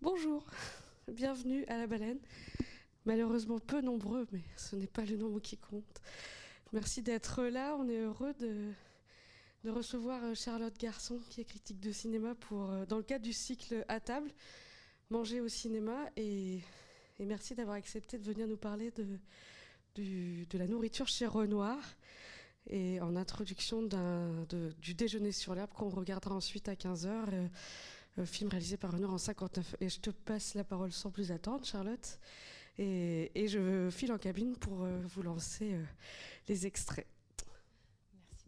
Bonjour, bienvenue à La Baleine. Malheureusement peu nombreux, mais ce n'est pas le nombre qui compte. Merci d'être là, on est heureux de recevoir Charlotte Garçon, qui est critique de cinéma, dans le cadre du cycle À table, manger au cinéma, et merci d'avoir accepté de venir nous parler de la nourriture chez Renoir, et en introduction du Déjeuner sur l'herbe qu'on regardera ensuite à 15h, film réalisé par Renoir en 59. Et je te passe la parole sans plus attendre, Charlotte, et je file en cabine pour vous lancer les extraits. Merci.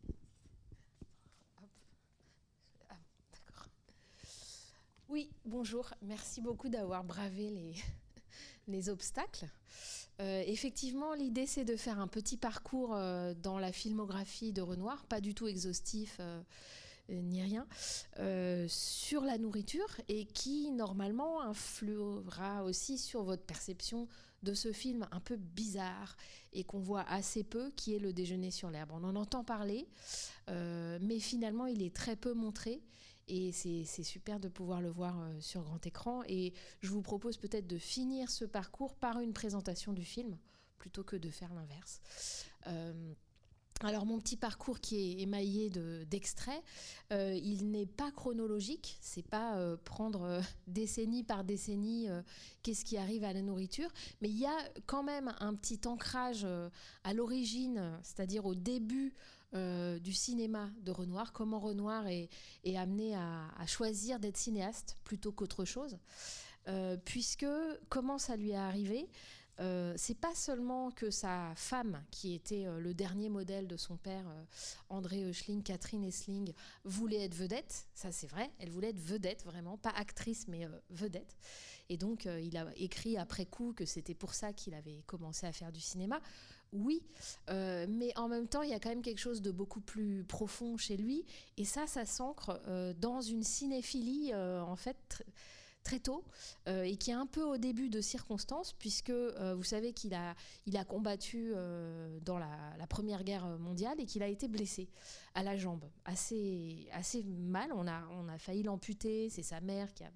Hop. Ah, d'accord. Oui, bonjour. Merci beaucoup d'avoir bravé les obstacles. Effectivement, l'idée, c'est de faire un petit parcours dans la filmographie de Renoir, pas du tout exhaustif ni rien, sur la nourriture, et qui, normalement, influera aussi sur votre perception de ce film un peu bizarre et qu'on voit assez peu, qui est Le Déjeuner sur l'herbe. On en entend parler, mais finalement, il est très peu montré. Et c'est super de pouvoir le voir sur grand écran. Et je vous propose peut-être de finir ce parcours par une présentation du film, plutôt que de faire l'inverse. Alors mon petit parcours qui est émaillé d'extraits, il n'est pas chronologique, c'est pas prendre décennie par décennie qu'est-ce qui arrive à la nourriture, mais il y a quand même un petit ancrage à l'origine, c'est-à-dire au début du cinéma de Renoir, comment Renoir est amené à choisir d'être cinéaste plutôt qu'autre chose, puisque comment ça lui est arrivé ? C'est pas seulement que sa femme, qui était le dernier modèle de son père, André Oechsling, Catherine Essling, voulait être vedette, ça c'est vrai, elle voulait être vedette vraiment, pas actrice mais vedette, et donc il a écrit après coup que c'était pour ça qu'il avait commencé à faire du cinéma, oui, mais en même temps il y a quand même quelque chose de beaucoup plus profond chez lui, et ça s'ancre dans une cinéphilie en fait très tôt, et qui est un peu au début de circonstances, puisque vous savez qu'il a combattu dans la Première Guerre mondiale et qu'il a été blessé à la jambe, assez mal. On a failli l'amputer, c'est sa mère qui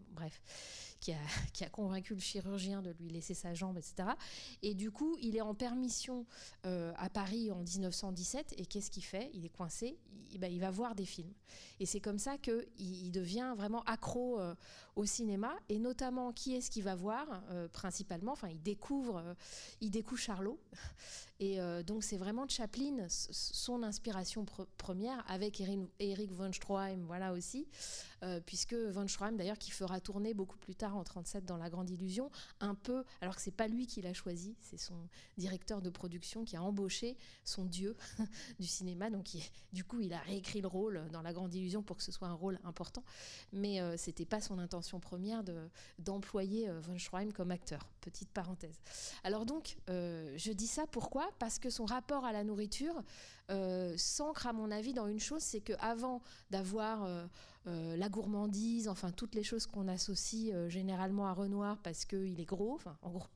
a convaincu le chirurgien de lui laisser sa jambe, etc. Et du coup, il est en permission à Paris en 1917, et qu'est-ce qu'il fait ? Il est coincé, il va voir des films. Et c'est comme ça qu'il devient vraiment accro au cinéma. Et notamment, qui est-ce qu'il va voir principalement, enfin, il découvre Charlot. Et donc, c'est vraiment Chaplin, son inspiration première, avec Erich von Stroheim, voilà aussi, puisque von Stroheim, d'ailleurs, qui fera tourner beaucoup plus tard, en 1937, dans La Grande Illusion, un peu, alors que c'est pas lui qui l'a choisi, c'est son directeur de production qui a embauché son dieu du cinéma. Donc, du coup, il a réécrit le rôle dans La Grande Illusion pour que ce soit un rôle important. Mais c'était pas son intention première d'employer von Stroheim comme acteur. Petite parenthèse. Alors donc, je dis ça pourquoi ? Parce que son rapport à la nourriture s'ancre, à mon avis, dans une chose, c'est qu'avant d'avoir la gourmandise, enfin toutes les choses qu'on associe généralement à Renoir parce qu'il est gros, enfin en gros,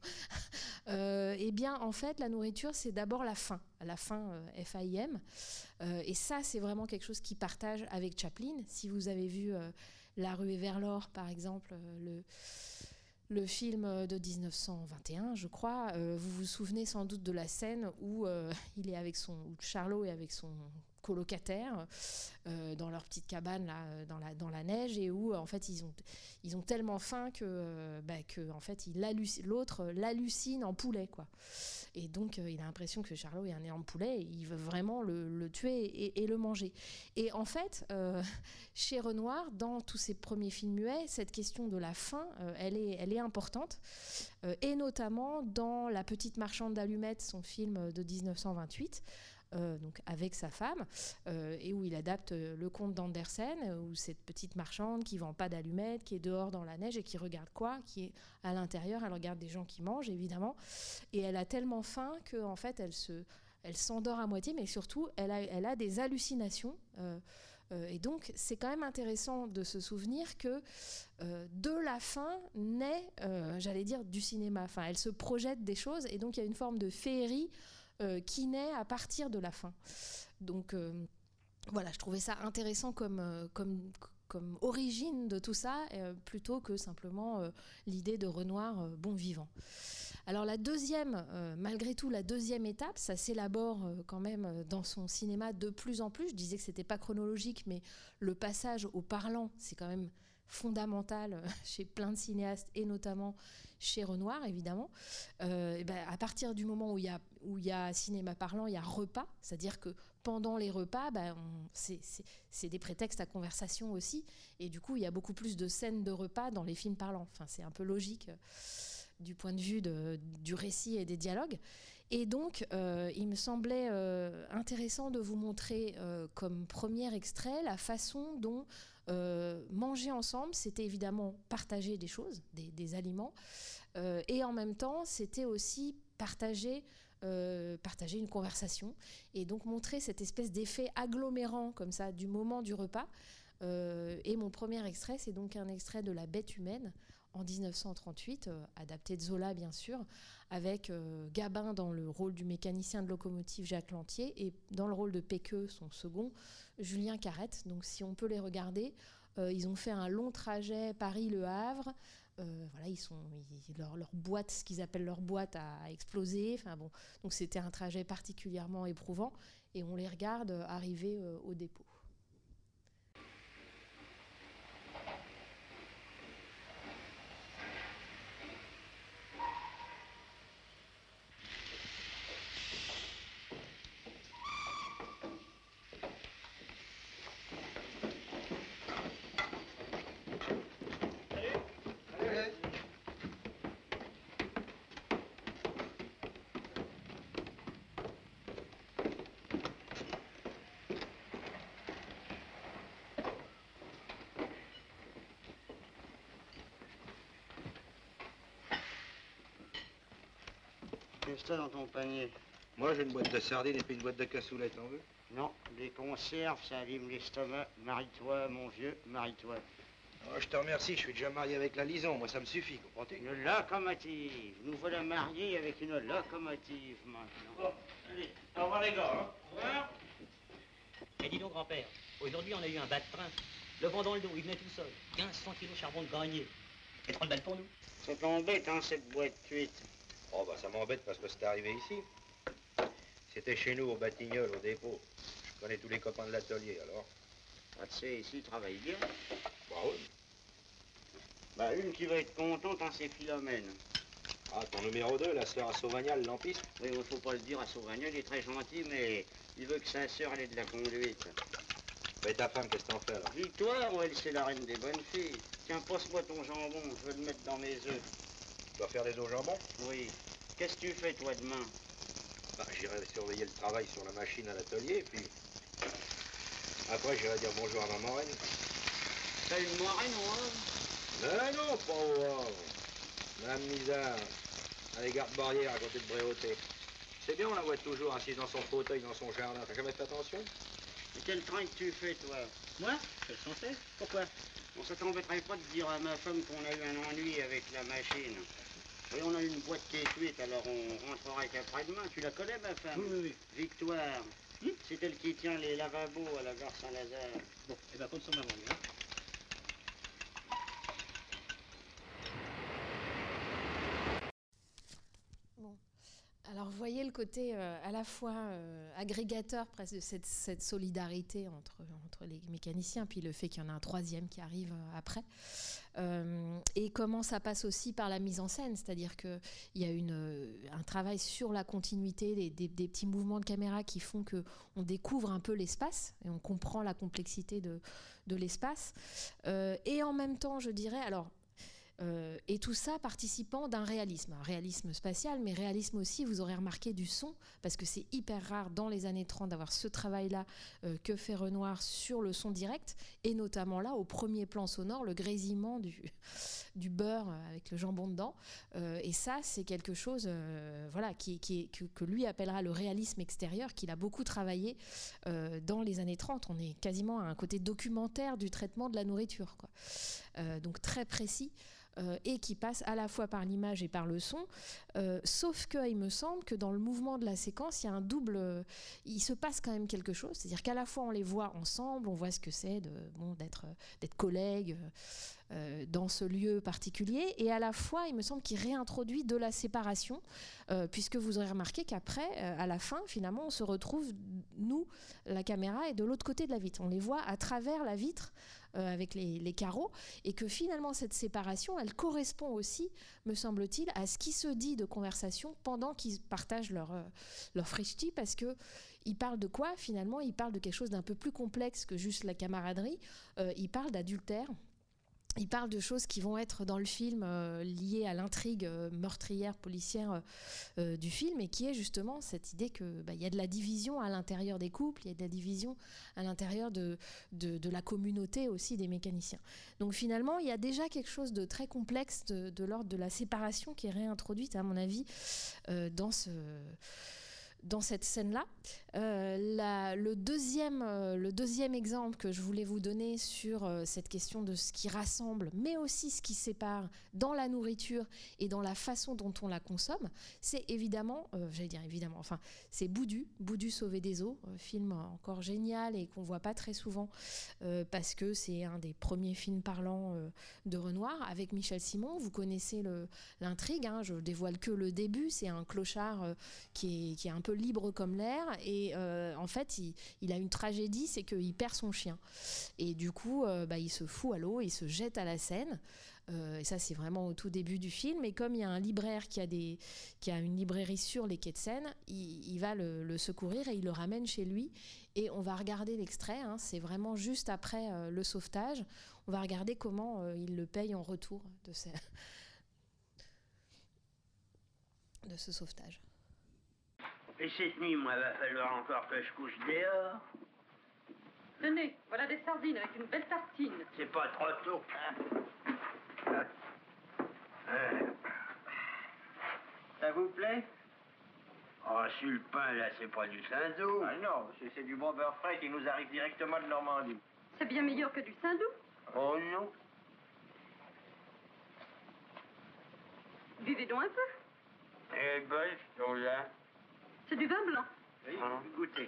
eh bien en fait la nourriture c'est d'abord la faim F-A-I-M, et ça c'est vraiment quelque chose qu'il partage avec Chaplin. Si vous avez vu La Ruée vers l'or par exemple, le film de 1921, je crois, vous vous souvenez sans doute de la scène où où Charlot est avec son colocataire dans leur petite cabane là, dans la neige, et où en fait ils ont tellement faim que en fait l'autre l'hallucine en poulet, quoi. Et donc il a l'impression que Charlot est un énorme poulet, et il veut vraiment le tuer et le manger. Et en fait chez Renoir, dans tous ses premiers films muets, cette question de la faim elle est importante, et notamment dans La Petite Marchande d'allumettes, son film de 1928, donc avec sa femme, et où il adapte le conte d'Andersen, où cette petite marchande qui vend pas d'allumettes, qui est dehors dans la neige et qui regarde quoi ? Qui est à l'intérieur, elle regarde des gens qui mangent, évidemment, et elle a tellement faim que en fait elle s'endort à moitié, mais surtout elle a des hallucinations, et donc c'est quand même intéressant de se souvenir que de la faim naît, j'allais dire, du cinéma. Enfin, elle se projette des choses, et donc il y a une forme de féerie qui naît à partir de la faim. Donc voilà, je trouvais ça intéressant comme comme origine de tout ça, plutôt que simplement l'idée de Renoir bon vivant. Alors malgré tout, la deuxième étape, ça s'élabore quand même dans son cinéma de plus en plus. Je disais que c'était pas chronologique, mais le passage au parlant, c'est quand même fondamental chez plein de cinéastes et notamment chez Renoir, évidemment. À partir du moment où il y a cinéma parlant, il y a repas, c'est-à-dire que pendant les repas, c'est des prétextes à conversation aussi, et du coup, il y a beaucoup plus de scènes de repas dans les films parlants. Enfin, c'est un peu logique du point de vue du récit et des dialogues. Et donc, il me semblait intéressant de vous montrer comme premier extrait la façon dont manger ensemble, c'était évidemment partager des choses, des aliments, et en même temps, c'était aussi partager une conversation, et donc montrer cette espèce d'effet agglomérant comme ça du moment du repas. Et mon premier extrait, c'est donc un extrait de La Bête humaine en 1938, adapté de Zola bien sûr, avec Gabin dans le rôle du mécanicien de locomotive Jacques Lantier, et dans le rôle de Péqueux, son second, Julien Carrette. Donc si on peut les regarder, ils ont fait un long trajet Paris-Le Havre. Leur boîte, ce qu'ils appellent leur boîte, a explosé. Enfin bon, donc c'était un trajet particulièrement éprouvant, et on les regarde arriver au dépôt. Qu'est-ce que t'as dans ton panier? Moi, j'ai une boîte de sardines et puis une boîte de cassoulet, t'en veux? Non, des conserves, ça abîme l'estomac. Marie-toi, mon vieux, marie-toi. Oh, je te remercie, je suis déjà marié avec la Lison, moi ça me suffit, comprends-tu? Une locomotive. Nous voilà mariés avec une locomotive maintenant. Bon, allez, au revoir les gars, hein? Au revoir. Et dis donc, grand-père, aujourd'hui on a eu un bas de train. Le vent dans le dos, il venait tout seul. 1500 kilos de charbon de grenier. C'est trop de balle pour nous. Ça t'embête, hein, cette boîte cuite? Oh, bah ça m'embête parce que c'est arrivé ici. C'était chez nous, au Batignolles, au dépôt. Je connais tous les copains de l'atelier, alors. Ah, tu sais, ici, ils travaillent bien. Bah oui. Bah, une qui va être contente, hein, c'est Philomène. Ah, ton numéro 2, la sœur à Sauvagnal, lampiste? Oui, il faut pas le dire à Sauvagnol, il est très gentil, mais il veut que sa sœur ait de la conduite. Mais ta femme, qu'est-ce que t'en fais, alors? Victoire, elle, c'est la reine des bonnes filles. Tiens, passe-moi ton jambon, je veux le mettre dans mes œufs. Tu dois faire des os jambon? Oui. Qu'est-ce que tu fais, toi, demain? Bah, j'irai surveiller le travail sur la machine à l'atelier, puis... Après, j'irai dire bonjour à ma marraine. T'as une marraine, moi? Non, pas au Madame Misard, à les gardes-barrières à côté de Bréauté. C'est bien, on la voit toujours assise dans son fauteuil, dans son jardin. T'as jamais fait attention? Et quel train que tu fais, toi? Moi? Je suis censé. Pourquoi? On ça t'embêterait pas de dire à ma femme qu'on a eu un ennui avec la machine. Oui, on a une boîte qui est cuite, alors on rentrera qu'après-demain. Tu la connais, ma femme? Oui. Victoire. C'est elle qui tient les lavabos à la gare Saint-Lazare. Bon, et ben compte sur ma maman, hein. Bon. Alors, vous voyez le côté à la fois agrégateur presque de cette solidarité entre les mécaniciens, puis le fait qu'il y en a un troisième qui arrive après. Et comment ça passe aussi par la mise en scène, c'est-à-dire qu'il y a un travail sur la continuité, des petits mouvements de caméra qui font qu'on découvre un peu l'espace et on comprend la complexité de l'espace. Et en même temps, je dirais, alors... et tout ça participant d'un réalisme, un réalisme spatial, mais réalisme aussi, vous aurez remarqué, du son, parce que c'est hyper rare dans les années 30 d'avoir ce travail-là que fait Renoir sur le son direct, et notamment là, au premier plan sonore, le grésillement du beurre avec le jambon dedans. Et ça, c'est quelque chose que lui appellera le réalisme extérieur, qu'il a beaucoup travaillé dans les années 30. On est quasiment à un côté documentaire du traitement de la nourriture, quoi. Donc très précis. et qui passe à la fois par l'image et par le son, sauf qu'il me semble que dans le mouvement de la séquence, il y a un double... il se passe quand même quelque chose, c'est-à-dire qu'à la fois on les voit ensemble, on voit ce que c'est d'être collègues dans ce lieu particulier, et à la fois il me semble qu'il réintroduit de la séparation, puisque vous aurez remarqué qu'après, à la fin, finalement, on se retrouve, nous, la caméra est de l'autre côté de la vitre, on les voit à travers la vitre, avec les carreaux, et que finalement cette séparation, elle correspond aussi, me semble-t-il, à ce qui se dit de conversation pendant qu'ils partagent leur frichti, parce que ils parlent de quoi finalement? Ils parlent de quelque chose d'un peu plus complexe que juste la camaraderie, ils parlent d'adultère. Il parle de choses qui vont être dans le film liées à l'intrigue meurtrière, policière du film, et qui est justement cette idée que y a de la division à l'intérieur des couples, il y a de la division à l'intérieur de la communauté aussi des mécaniciens. Donc finalement, il y a déjà quelque chose de très complexe de l'ordre de la séparation qui est réintroduite, à mon avis, dans cette scène-là. Le deuxième exemple que je voulais vous donner sur cette question de ce qui rassemble, mais aussi ce qui sépare dans la nourriture et dans la façon dont on la consomme, c'est évidemment, c'est Boudu sauvé des eaux, film encore génial et qu'on voit pas très souvent parce que c'est un des premiers films parlants de Renoir avec Michel Simon. Vous connaissez l'intrigue, hein, je dévoile que le début, c'est un clochard qui est un peu libre comme l'air, et en fait il a une tragédie, c'est qu'il perd son chien, et du coup il se fout à l'eau, il se jette à la Seine, et ça c'est vraiment au tout début du film, et comme il y a un libraire qui a une librairie sur les quais de Seine, il va le secourir et il le ramène chez lui, et on va regarder l'extrait, hein, c'est vraiment juste après le sauvetage, on va regarder comment il le paye en retour de ce sauvetage. Et cette nuit, moi, va falloir encore que je couche dehors. Tenez, voilà des sardines avec une belle tartine. C'est pas trop tôt. Ça vous plaît? Oh, sur le pain, là, c'est pas du Saint-Doux. Ah non, c'est du bon beurre frais qui nous arrive directement de Normandie. C'est bien meilleur que du Saint-Doux. Oh non. Buvez donc un peu. Eh ben, là. C'est du vin blanc. Oui, Goûtez.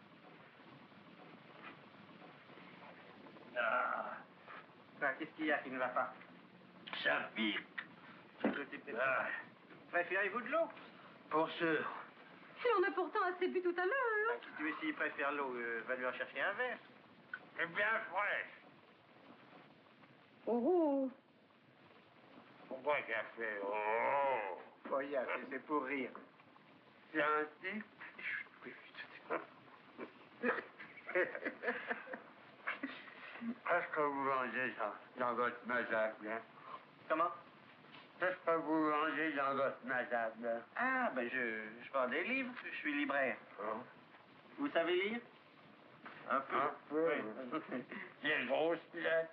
Ah, qu'est-ce qu'il y a qui ne va pas? ça pique. Ah, Préférez-vous de l'eau? pour sûr. Il en a pourtant assez bu tout à l'heure. Si tu veux, s'il préfère l'eau, va lui en chercher un verre. C'est bien fraîche. Oh. Pourquoi ça fait oh? Voyage, c'est pour rire. C'est un type. Qu'est-ce que vous vendez ça dans votre mazable, hein? Comment? Qu'est-ce que vous vendez dans votre mazable, hein? Ah, ben je vends des livres, je suis libraire. Oh. Vous savez lire? Un peu. Un peu. Oui. Quelle grosse lettre.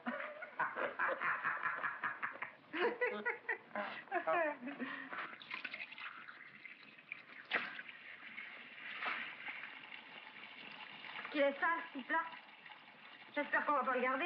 Il est sale, ce type-là. J'espère qu'on va pas le garder.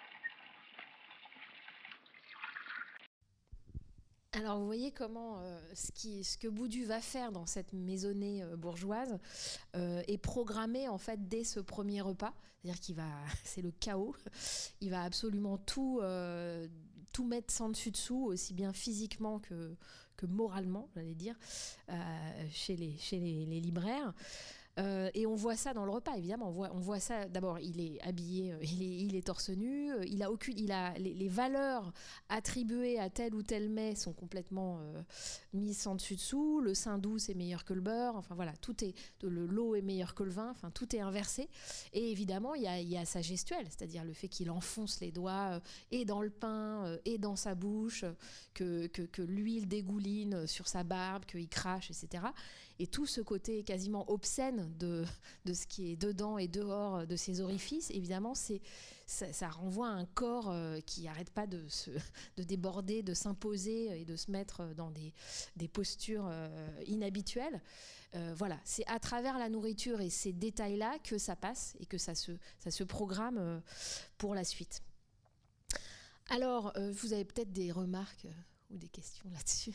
Alors vous voyez comment ce que Boudu va faire dans cette maisonnée bourgeoise est programmé en fait dès ce premier repas, c'est-à-dire c'est le chaos, il va absolument tout mettre sans dessus dessous, aussi bien physiquement que moralement, j'allais dire, chez les libraires. Et on voit ça dans le repas, évidemment. On voit ça. D'abord, il est habillé, il est torse nu. Les valeurs attribuées à tel ou tel mets sont complètement mises sans dessus dessous. Le Saint-Doux c'est meilleur que le beurre. Enfin voilà, l'eau est meilleure que le vin. Enfin tout est inversé. Et évidemment, il y a sa gestuelle, c'est-à-dire le fait qu'il enfonce les doigts et dans le pain et dans sa bouche, que l'huile dégouline sur sa barbe, qu'il crache, etc. Et tout ce côté quasiment obscène de ce qui est dedans et dehors de ses orifices, évidemment, ça renvoie à un corps qui n'arrête pas de déborder, de s'imposer et de se mettre dans des postures inhabituelles. Voilà, c'est à travers la nourriture et ces détails-là que ça passe et que ça se programme pour la suite. Alors, vous avez peut-être des remarques ou des questions là-dessus.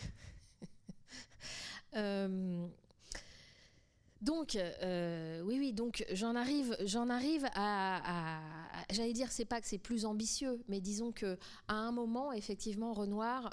Donc, oui, donc j'en arrive à j'allais dire, c'est pas que c'est plus ambitieux, mais disons que à un moment, effectivement, Renoir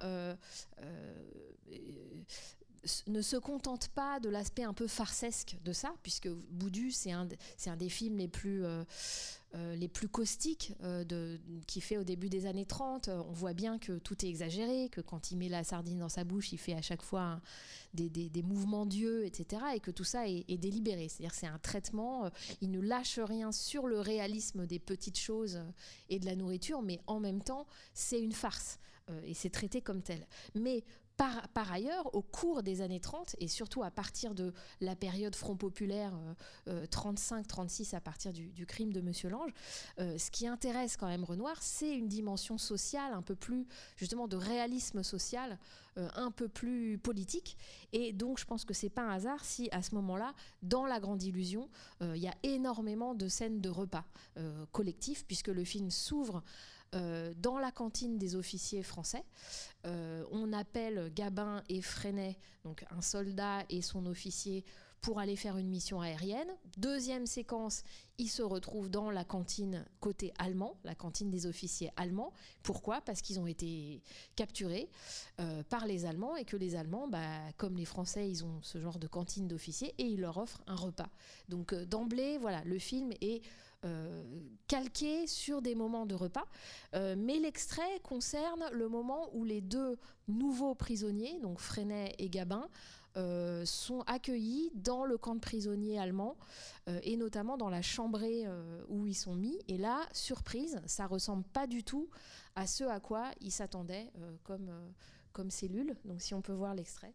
ne se contente pas de l'aspect un peu farcesque de ça, puisque Boudu, c'est un des films les plus caustiques qu'il fait au début des années 30. On voit bien que tout est exagéré, que quand il met la sardine dans sa bouche, il fait à chaque fois des mouvements d'yeux, etc. Et que tout ça est délibéré. C'est-à-dire que c'est un traitement, il ne lâche rien sur le réalisme des petites choses et de la nourriture, mais en même temps, c'est une farce. Et c'est traité comme tel. Mais par ailleurs, au cours des années 30, et surtout à partir de la période Front Populaire 35-36, à partir du crime de Monsieur Lange, ce qui intéresse quand même Renoir, c'est une dimension sociale, un peu plus, justement, de réalisme social, un peu plus politique. Et donc, je pense que c'est pas un hasard si, à ce moment-là, dans La Grande Illusion, il y a énormément de scènes de repas collectifs, puisque le film s'ouvre dans la cantine des officiers français. On appelle Gabin et Freinet, donc un soldat et son officier, pour aller faire une mission aérienne. Deuxième séquence, ils se retrouvent dans la cantine côté allemand, la cantine des officiers allemands. Pourquoi ? Parce qu'ils ont été capturés par les Allemands et que les Allemands, comme les Français, ils ont ce genre de cantine d'officiers et ils leur offrent un repas. Donc d'emblée, voilà, le film est calqué sur des moments de repas, mais l'extrait concerne le moment où les deux nouveaux prisonniers, donc Freinet et Gabin, sont accueillis dans le camp de prisonniers allemand et notamment dans la chambrée où ils sont mis. Et là, surprise, ça ressemble pas du tout à ce à quoi ils s'attendaient comme cellule. Donc si on peut voir l'extrait.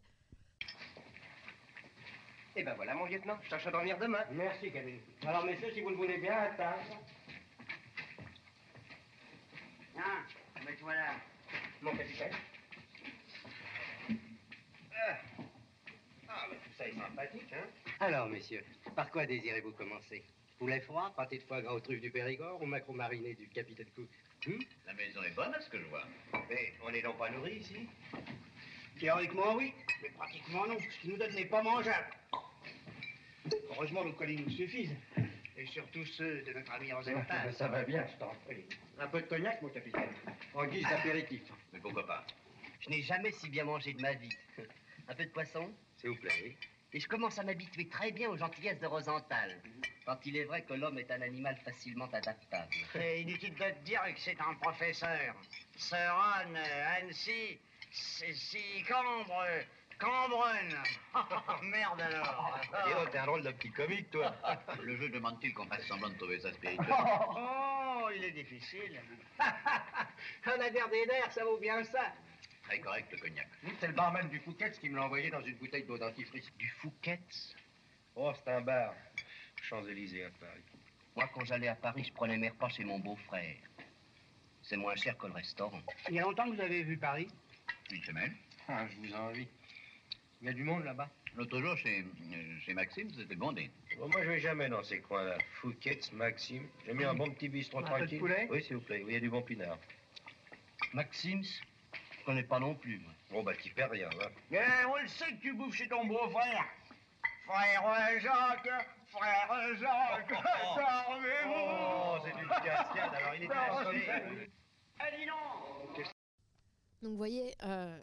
Eh ben voilà, mon lieutenant, je tâche à dormir demain. Merci, Camille. Alors, messieurs, si vous le voulez bien, à table. Tiens, mets-toi là. Mon capitaine. Mais tout ça est sympathique, hein? Alors, messieurs, par quoi désirez-vous commencer? Poulet froid, pâté de foie gras aux truffes du Périgord ou maquereau mariné du capitaine Cook? La maison est bonne, à ce que je vois. Mais on n'est donc pas nourris ici? Théoriquement, oui, mais pratiquement non. Ce qu'ils nous donnent n'est pas mangeable. Heureusement, nos collines nous suffisent. Et surtout ceux de notre ami Rosenthal. Ça va bien, je t'en prie. Un peu de cognac, mon capitaine, en guise d'apéritif. Mais pourquoi pas? Je n'ai jamais si bien mangé de ma vie. Un peu de poisson? S'il vous plaît, oui. Et je commence à m'habituer très bien aux gentillesses de Rosenthal. Quand il est vrai que l'homme est un animal facilement adaptable. C'est inutile de te dire que c'est un professeur. Sir Anne, Annecy, si Cambronne. Merde alors. Dis-donc, t'es un drôle de petit comique, toi. Le jeu demande-t-il qu'on fasse semblant de trouver ça spirituel? Oh, il est difficile. On a l'air des nerfs, ça vaut bien ça. Très correct, le cognac. C'est le barman du Fouquet's qui me l'a envoyé dans une bouteille d'eau dentifrice. Du Fouquet's? Oh, c'est un bar. Champs-Élysées à Paris. Moi, quand j'allais à Paris, je prenais mes repas chez mon beau-frère. C'est moins cher que le restaurant. Il y a longtemps que vous avez vu Paris? Une semaine. Ah, je vous envie. Il y a du monde là-bas? L'autre jour, chez Maxime, c'était bondé. Bon, moi, je vais jamais dans ces coins-là. Fouquet's, Maxime. J'ai mis un bon petit bistrot Un peu tranquille. de poulet? Oui, s'il vous plaît. Oui, il y a du bon pinard. Maxime's, je connais pas non plus, moi. Bon, bah, tu perds rien, va. Eh, on le sait que tu bouffes chez ton beau-frère. Frère Jacques, frère Jacques, dormez-vous. Oh, c'est une cascade, alors il est assis. Eh, dis donc. Donc vous voyez,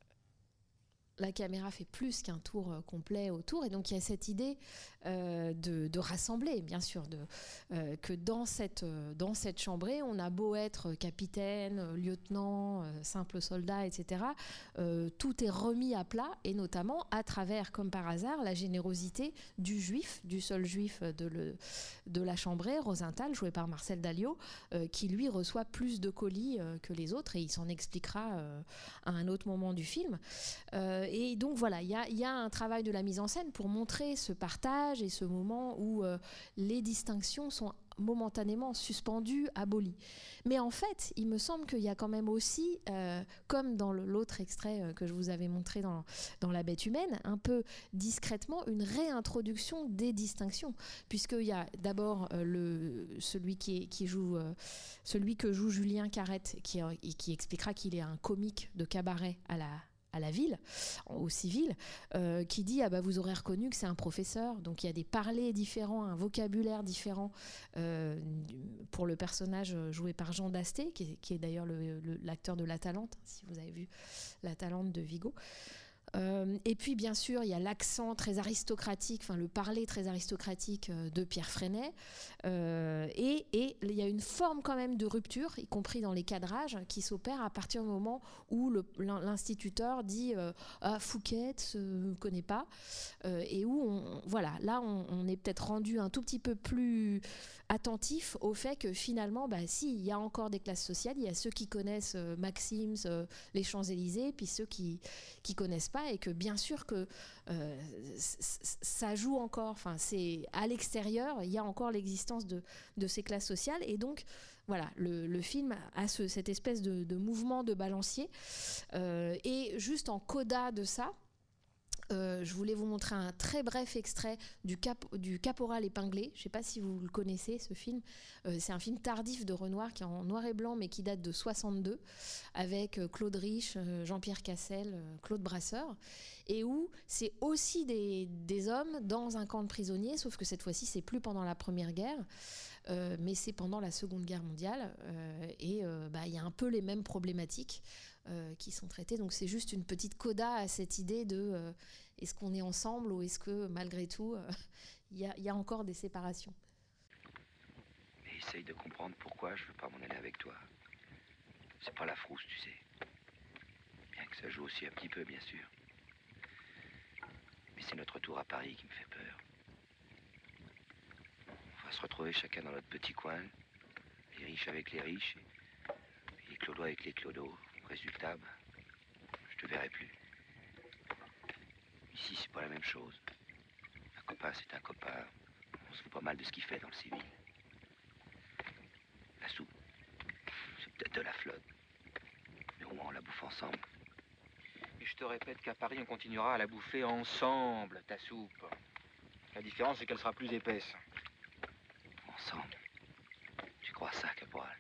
la caméra fait plus qu'un tour complet autour, et donc il y a cette idée de rassembler, bien sûr, que dans cette chambrée, on a beau être capitaine, lieutenant, simple soldat, etc., tout est remis à plat, et notamment à travers, comme par hasard, la générosité du juif, du seul juif de la chambrée, Rosenthal, joué par Marcel Dalliot, qui lui reçoit plus de colis que les autres, et il s'en expliquera à un autre moment du film. Et donc voilà, il y a un travail de la mise en scène pour montrer ce partage et ce moment où les distinctions sont momentanément suspendu, aboli. Mais en fait, il me semble qu'il y a quand même aussi, comme dans l'autre extrait que je vous avais montré dans La Bête humaine, un peu discrètement une réintroduction des distinctions, puisqu'il y a d'abord celui que joue Julien Carrette, qui expliquera qu'il est un comique de cabaret à la ville, au civil, qui dit vous aurez reconnu que c'est un professeur. Donc il y a des parlers différents, un vocabulaire différent pour le personnage joué par Jean Dasté, qui est d'ailleurs l'acteur de La Talente, si vous avez vu La Talente de Vigo. Et puis bien sûr il y a l'accent très aristocratique, le parler très aristocratique de Pierre Freinet, et il y a une forme quand même de rupture, y compris dans les cadrages, qui s'opère à partir du moment où l'instituteur dit Fouquet, ne connaît pas, et où on est peut-être rendu un tout petit peu plus attentif au fait que finalement, si, il y a encore des classes sociales, il y a ceux qui connaissent Maxims, les Champs-Élysées, puis ceux qui connaissent pas, et que bien sûr que ça joue encore. C'est à l'extérieur, il y a encore l'existence de ces classes sociales, et donc voilà, le film a cette espèce de mouvement de balancier, et juste en coda de ça. Je voulais vous montrer un très bref extrait du Caporal épinglé. Je ne sais pas si vous le connaissez, ce film. C'est un film tardif de Renoir qui est en noir et blanc, mais qui date de 62, avec Claude Rich, Jean-Pierre Cassel, Claude Brasseur, et où c'est aussi des hommes dans un camp de prisonniers, sauf que cette fois-ci, c'est plus pendant la Première Guerre, mais c'est pendant la Seconde Guerre mondiale, et y a un peu les mêmes problématiques qui sont traitées. Donc c'est juste une petite coda à cette idée de est-ce qu'on est ensemble, ou est-ce que malgré tout il y a encore des séparations. Mais essaye de comprendre pourquoi je veux pas m'en aller avec toi. C'est pas la frousse, tu sais. Bien que ça joue aussi un petit peu, bien sûr. Mais c'est notre retour à Paris qui me fait peur. On va se retrouver chacun dans notre petit coin, les riches avec les riches, et les clodos avec les clodos. Résultat, je te verrai plus. Ici, c'est pas la même chose. Un copain, c'est un copain. On se fout pas mal de ce qu'il fait dans le civil. La soupe, c'est peut-être de la flotte, mais au moins on la bouffe ensemble. Et je te répète qu'à Paris, on continuera à la bouffer ensemble, ta soupe. La différence, c'est qu'elle sera plus épaisse. Ensemble? Tu crois ça, Caporal?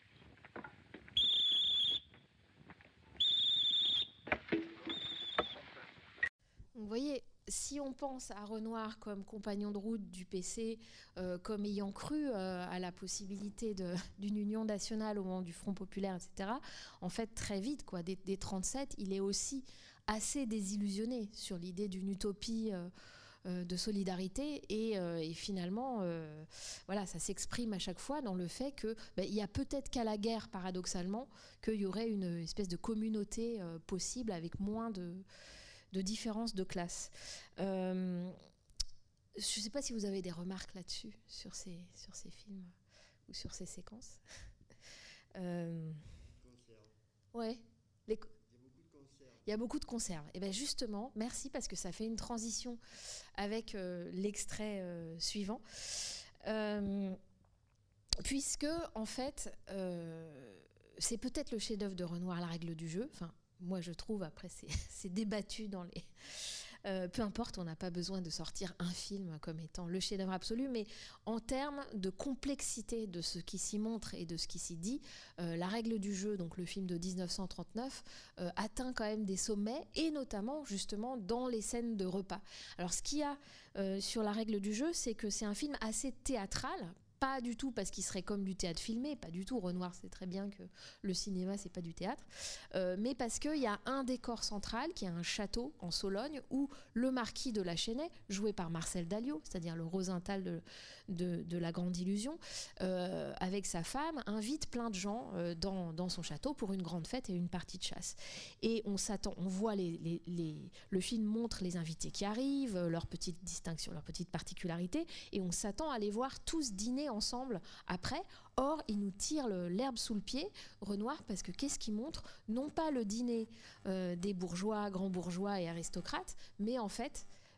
Vous voyez, si on pense à Renoir comme compagnon de route du PC, comme ayant cru à la possibilité d'une union nationale au moment du Front populaire, etc., en fait, très vite, dès 37, il est aussi assez désillusionné sur l'idée d'une utopie de solidarité, et finalement, ça s'exprime à chaque fois dans le fait que il y a peut-être qu'à la guerre, paradoxalement, qu'il y aurait une espèce de communauté possible avec moins de différences de classe. Je ne sais pas si vous avez des remarques là-dessus, sur ces films ou sur ces séquences. Ouais. Il y a beaucoup de conserves. Et bien justement, merci, parce que ça fait une transition avec l'extrait suivant. Puisque, en fait, c'est peut-être le chef-d'œuvre de Renoir, La Règle du jeu. Enfin, moi, je trouve, après, c'est débattu dans les... peu importe, on n'a pas besoin de sortir un film comme étant le chef-d'œuvre absolu, mais en termes de complexité de ce qui s'y montre et de ce qui s'y dit, La Règle du jeu, donc le film de 1939, atteint quand même des sommets, et notamment, justement, dans les scènes de repas. Alors, ce qu'il y a sur La Règle du jeu, c'est que c'est un film assez théâtral. Pas du tout parce qu'il serait comme du théâtre filmé, pas du tout. Renoir sait très bien que le cinéma, c'est pas du théâtre, mais parce qu'il y a un décor central qui est un château en Sologne où le marquis de la Chênaie, joué par Marcel Dalliot, c'est-à-dire le Rosenthal de La Grande Illusion, avec sa femme, invite plein de gens dans son château pour une grande fête et une partie de chasse. Et on voit le film montre les invités qui arrivent, leurs petites distinctions, leurs petites particularités, et on s'attend à les voir tous dîner ensemble après. Or, il nous tire l'herbe sous le pied, Renoir, parce que qu'est-ce qu'il montre? Non pas le dîner des bourgeois, grands bourgeois et aristocrates, mais en fait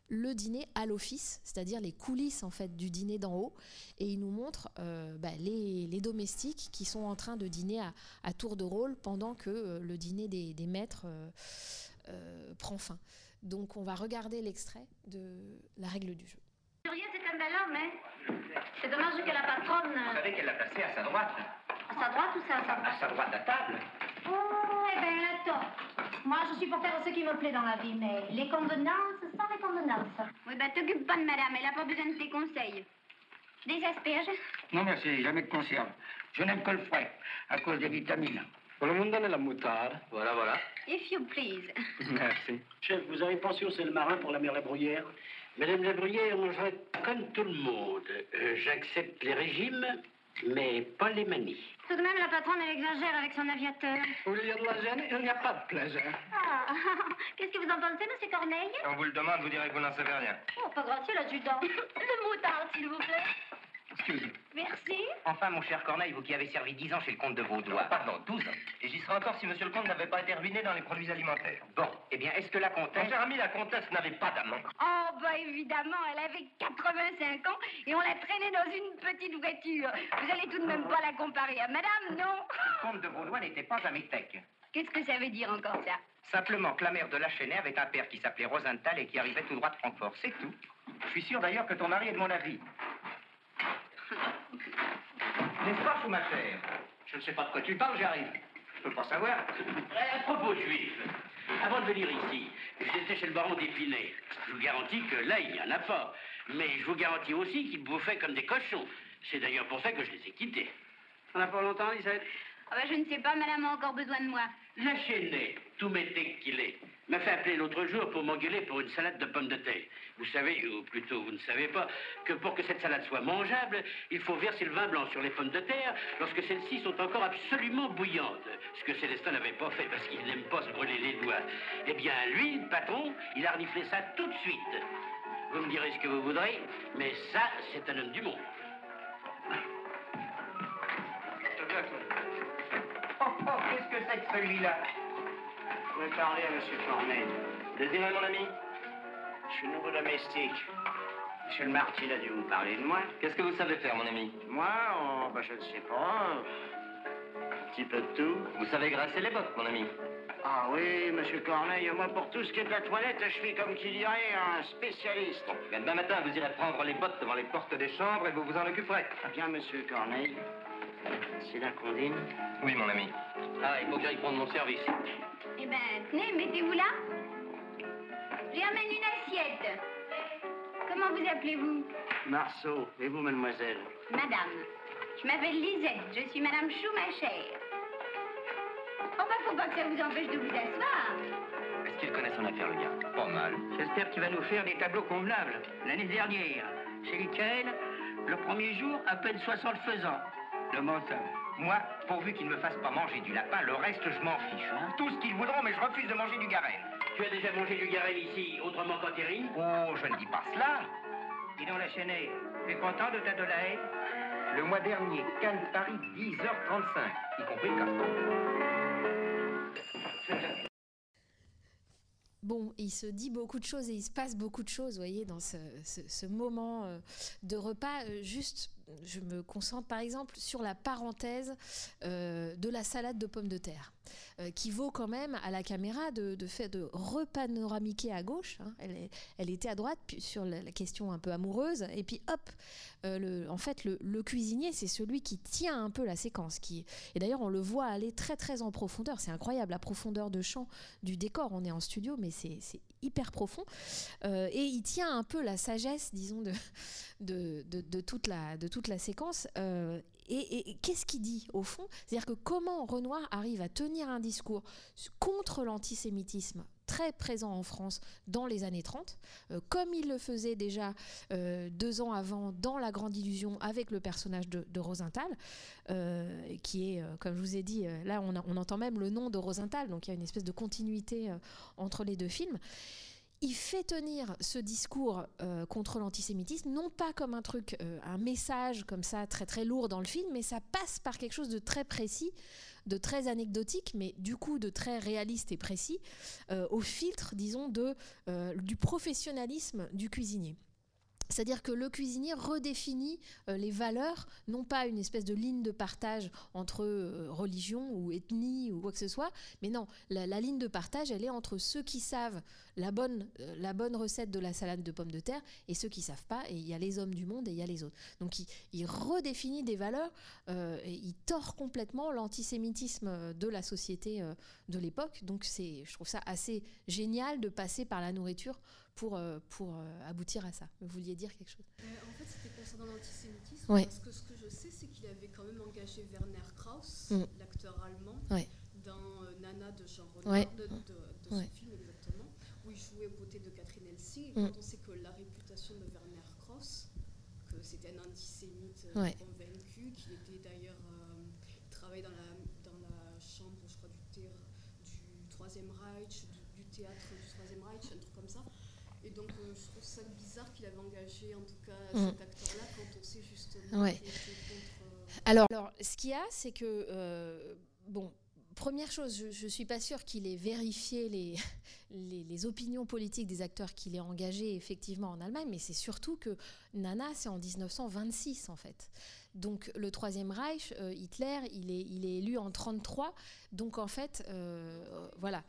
le dîner à l'office, c'est-à-dire les coulisses en fait du dîner d'en haut, et il nous montre les domestiques qui sont en train de dîner à tour de rôle pendant que le dîner des maîtres prend fin. Donc on va regarder l'extrait de la règle du jeu. Rien, c'est un bel homme, hein. C'est dommage que la patronne... Vous savez qu'elle l'a placé à sa droite. À sa droite ou ça à sa droite? À sa droite à table. Oh, eh ben, elle a tort. Moi, je suis pour faire ce qui me plaît dans la vie, mais les convenances sans les convenances. Oui, ben, t'occupe pas de madame, elle a pas besoin de tes conseils. Des asperges? Non, merci, jamais de conserve. Je n'aime que le frais, à cause des vitamines. Pour le monde donne la moutarde. Voilà, voilà. If you please. Merci. Chef, vous avez pensé au sel marin pour la mer la bruyère? Madame la bruyère mangerait comme tout le monde. J'accepte les régimes, mais pas les manies. Tout de même, la patronne, elle exagère avec son aviateur. Au lieu de la gêne, il n'y a pas de plaisir. Ah, qu'est-ce que vous en pensez, monsieur Corneille? Si on vous le demande, vous direz que vous n'en savez rien. Oh, pas gracieux, l'adjudant. Le moutarde, s'il vous plaît. Excusez. Merci. Enfin, mon cher Corneille, vous qui avez servi 10 ans chez le comte de Vaudois. Pardon, 12 ans. Et j'y serais encore si monsieur le comte n'avait pas été ruiné dans les produits alimentaires. Bon, eh bien, est-ce que la comtesse... Mon cher ami, la comtesse n'avait pas d'amant. Oh, bah évidemment, elle avait 85 ans et on l'a traînée dans une petite voiture. Vous allez tout de même pas la comparer à madame, non? Le comte de Vaudois n'était pas un métèque. Qu'est-ce que ça veut dire encore, ça? Simplement que la mère de la Chênaie avait un père qui s'appelait Rosenthal et qui arrivait tout droit de Francfort. C'est tout. Je suis sûr d'ailleurs que ton mari est de mon avis. N'est-ce pas, Schumacher? Je ne sais pas de quoi tu parles, j'arrive. Je peux pas savoir. À propos de juifs, avant de venir ici, j'étais chez le baron d'Épinay. Je vous garantis que là, il n'y en a pas. Mais je vous garantis aussi qu'ils bouffaient comme des cochons. C'est d'ailleurs pour ça que je les ai quittés. On n'a pas longtemps, Lisette? Ah bah je ne sais pas, madame a encore besoin de moi. La Chênaie, tout métèque qu'il est, m'a fait appeler l'autre jour pour m'engueuler pour une salade de pommes de terre. Vous savez, ou plutôt vous ne savez pas, que pour que cette salade soit mangeable, il faut verser le vin blanc sur les pommes de terre lorsque celles-ci sont encore absolument bouillantes. Ce que Célestin n'avait pas fait parce qu'il n'aime pas se brûler les doigts. Eh bien, lui, le patron, il a reniflé ça tout de suite. Vous me direz ce que vous voudrez, mais ça, c'est un homme du monde. Oh, qu'est-ce que c'est que celui-là? Vous pouvez parler à M. Corneille. Désirez, mon ami? Je suis nouveau domestique. Monsieur le Marquis a dû vous parler de moi. Qu'est-ce que vous savez faire, mon ami? Moi, je ne sais pas. Un petit peu de tout. Vous savez grasser les bottes, mon ami. Ah oui, Monsieur Corneille, moi, pour tout ce qui est de la toilette, je suis, comme qui dirait, un spécialiste. Demain matin, vous irez prendre les bottes devant les portes des chambres et vous vous en occuperez. Bien, Monsieur Corneille. C'est là qu'on dîne? Oui, mon ami. Ah, il faut que j'aille prendre mon service. Eh ben, tenez, mettez-vous là. J'y amène une assiette. Comment vous appelez-vous? Marceau. Et vous, mademoiselle? Madame. Je m'appelle Lisette. Je suis Madame Schumacher. Oh, bah, faut pas que ça vous empêche de vous asseoir. Est-ce qu'il connaît son affaire, le gars? Pas mal. J'espère qu'il va nous faire des tableaux convenables. L'année dernière, chez Michael, le premier jour, à peine 60 faisans. Le mental. Moi, pourvu qu'ils ne me fassent pas manger du lapin, le reste, je m'en fiche. Hein? Tout ce qu'ils voudront, mais je refuse de manger du garenne. Tu as déjà mangé du garenne ici, autrement qu'en terrine? Oh, je ne dis pas cela. Dis donc, la Chênaie, tu es content de ta Dolahaye? Le mois dernier, Cannes, Paris, 10h35, y compris le café. Bon, il se dit beaucoup de choses et il se passe beaucoup de choses, vous voyez, dans ce moment de repas. Juste, je me concentre par exemple sur la parenthèse de la salade de pommes de terre, qui vaut quand même à la caméra de repanoramiquer à gauche. Hein. Elle était à droite puis sur la question un peu amoureuse, et puis hop, en fait, le cuisinier, c'est celui qui tient un peu la séquence. Et d'ailleurs, on le voit aller très très en profondeur. C'est incroyable, la profondeur de champ du décor. On est en studio, mais c'est hyper profond. Et il tient un peu la sagesse, disons, de toute la séquence. Et qu'est-ce qu'il dit au fond? C'est-à-dire que comment Renoir arrive à tenir un discours contre l'antisémitisme très présent en France dans les années 30, comme il le faisait déjà 2 ans avant dans La Grande Illusion avec le personnage de Rosenthal, qui est, comme je vous ai dit, là on entend même le nom de Rosenthal, donc il y a une espèce de continuité entre les deux films. il fait tenir ce discours contre l'antisémitisme, non pas comme un truc, un message comme ça très très lourd dans le film, mais ça passe par quelque chose de très précis, de très anecdotique, mais du coup de très réaliste et précis, au filtre, disons, du professionnalisme du cuisinier. C'est-à-dire que le cuisinier redéfinit les valeurs, non pas une espèce de ligne de partage entre religion ou ethnie ou quoi que ce soit, mais non, la ligne de partage, elle est entre ceux qui savent la bonne recette de la salade de pommes de terre et ceux qui ne savent pas, et il y a les hommes du monde et il y a les autres. Donc il redéfinit des valeurs, et il tord complètement l'antisémitisme de la société de l'époque. Donc je trouve ça assez génial de passer par la nourriture pour aboutir à ça. Vous vouliez dire quelque chose ? En fait, c'était concernant l'antisémitisme, ouais. Parce que ce que je sais, c'est qu'il avait quand même engagé Werner Krauss, l'acteur allemand, ouais. dans Nana de Jean Renoir, ouais. de son ouais. film exactement, où il jouait aux côtés de Catherine Helsing. Et quand on sait que la réputation de Werner Krauss, que c'était un antisémite ouais. convaincu, qu'il était d'ailleurs, il travaillait dans la chambre, je crois, du Troisième Reich, du théâtre du Troisième Reich, un truc comme ça. Et donc, je trouve ça bizarre qu'il avait engagé, en tout cas, cet acteur-là, quand on sait justement ouais. qu'il était contre... Alors, ce qu'il y a, c'est que, première chose, je ne suis pas sûre qu'il ait vérifié les opinions politiques des acteurs qu'il ait engagés, effectivement, en Allemagne, mais c'est surtout que Nana, c'est en 1926, en fait. Donc, le Troisième Reich, Hitler, il est élu en 1933. Donc, en fait, voilà...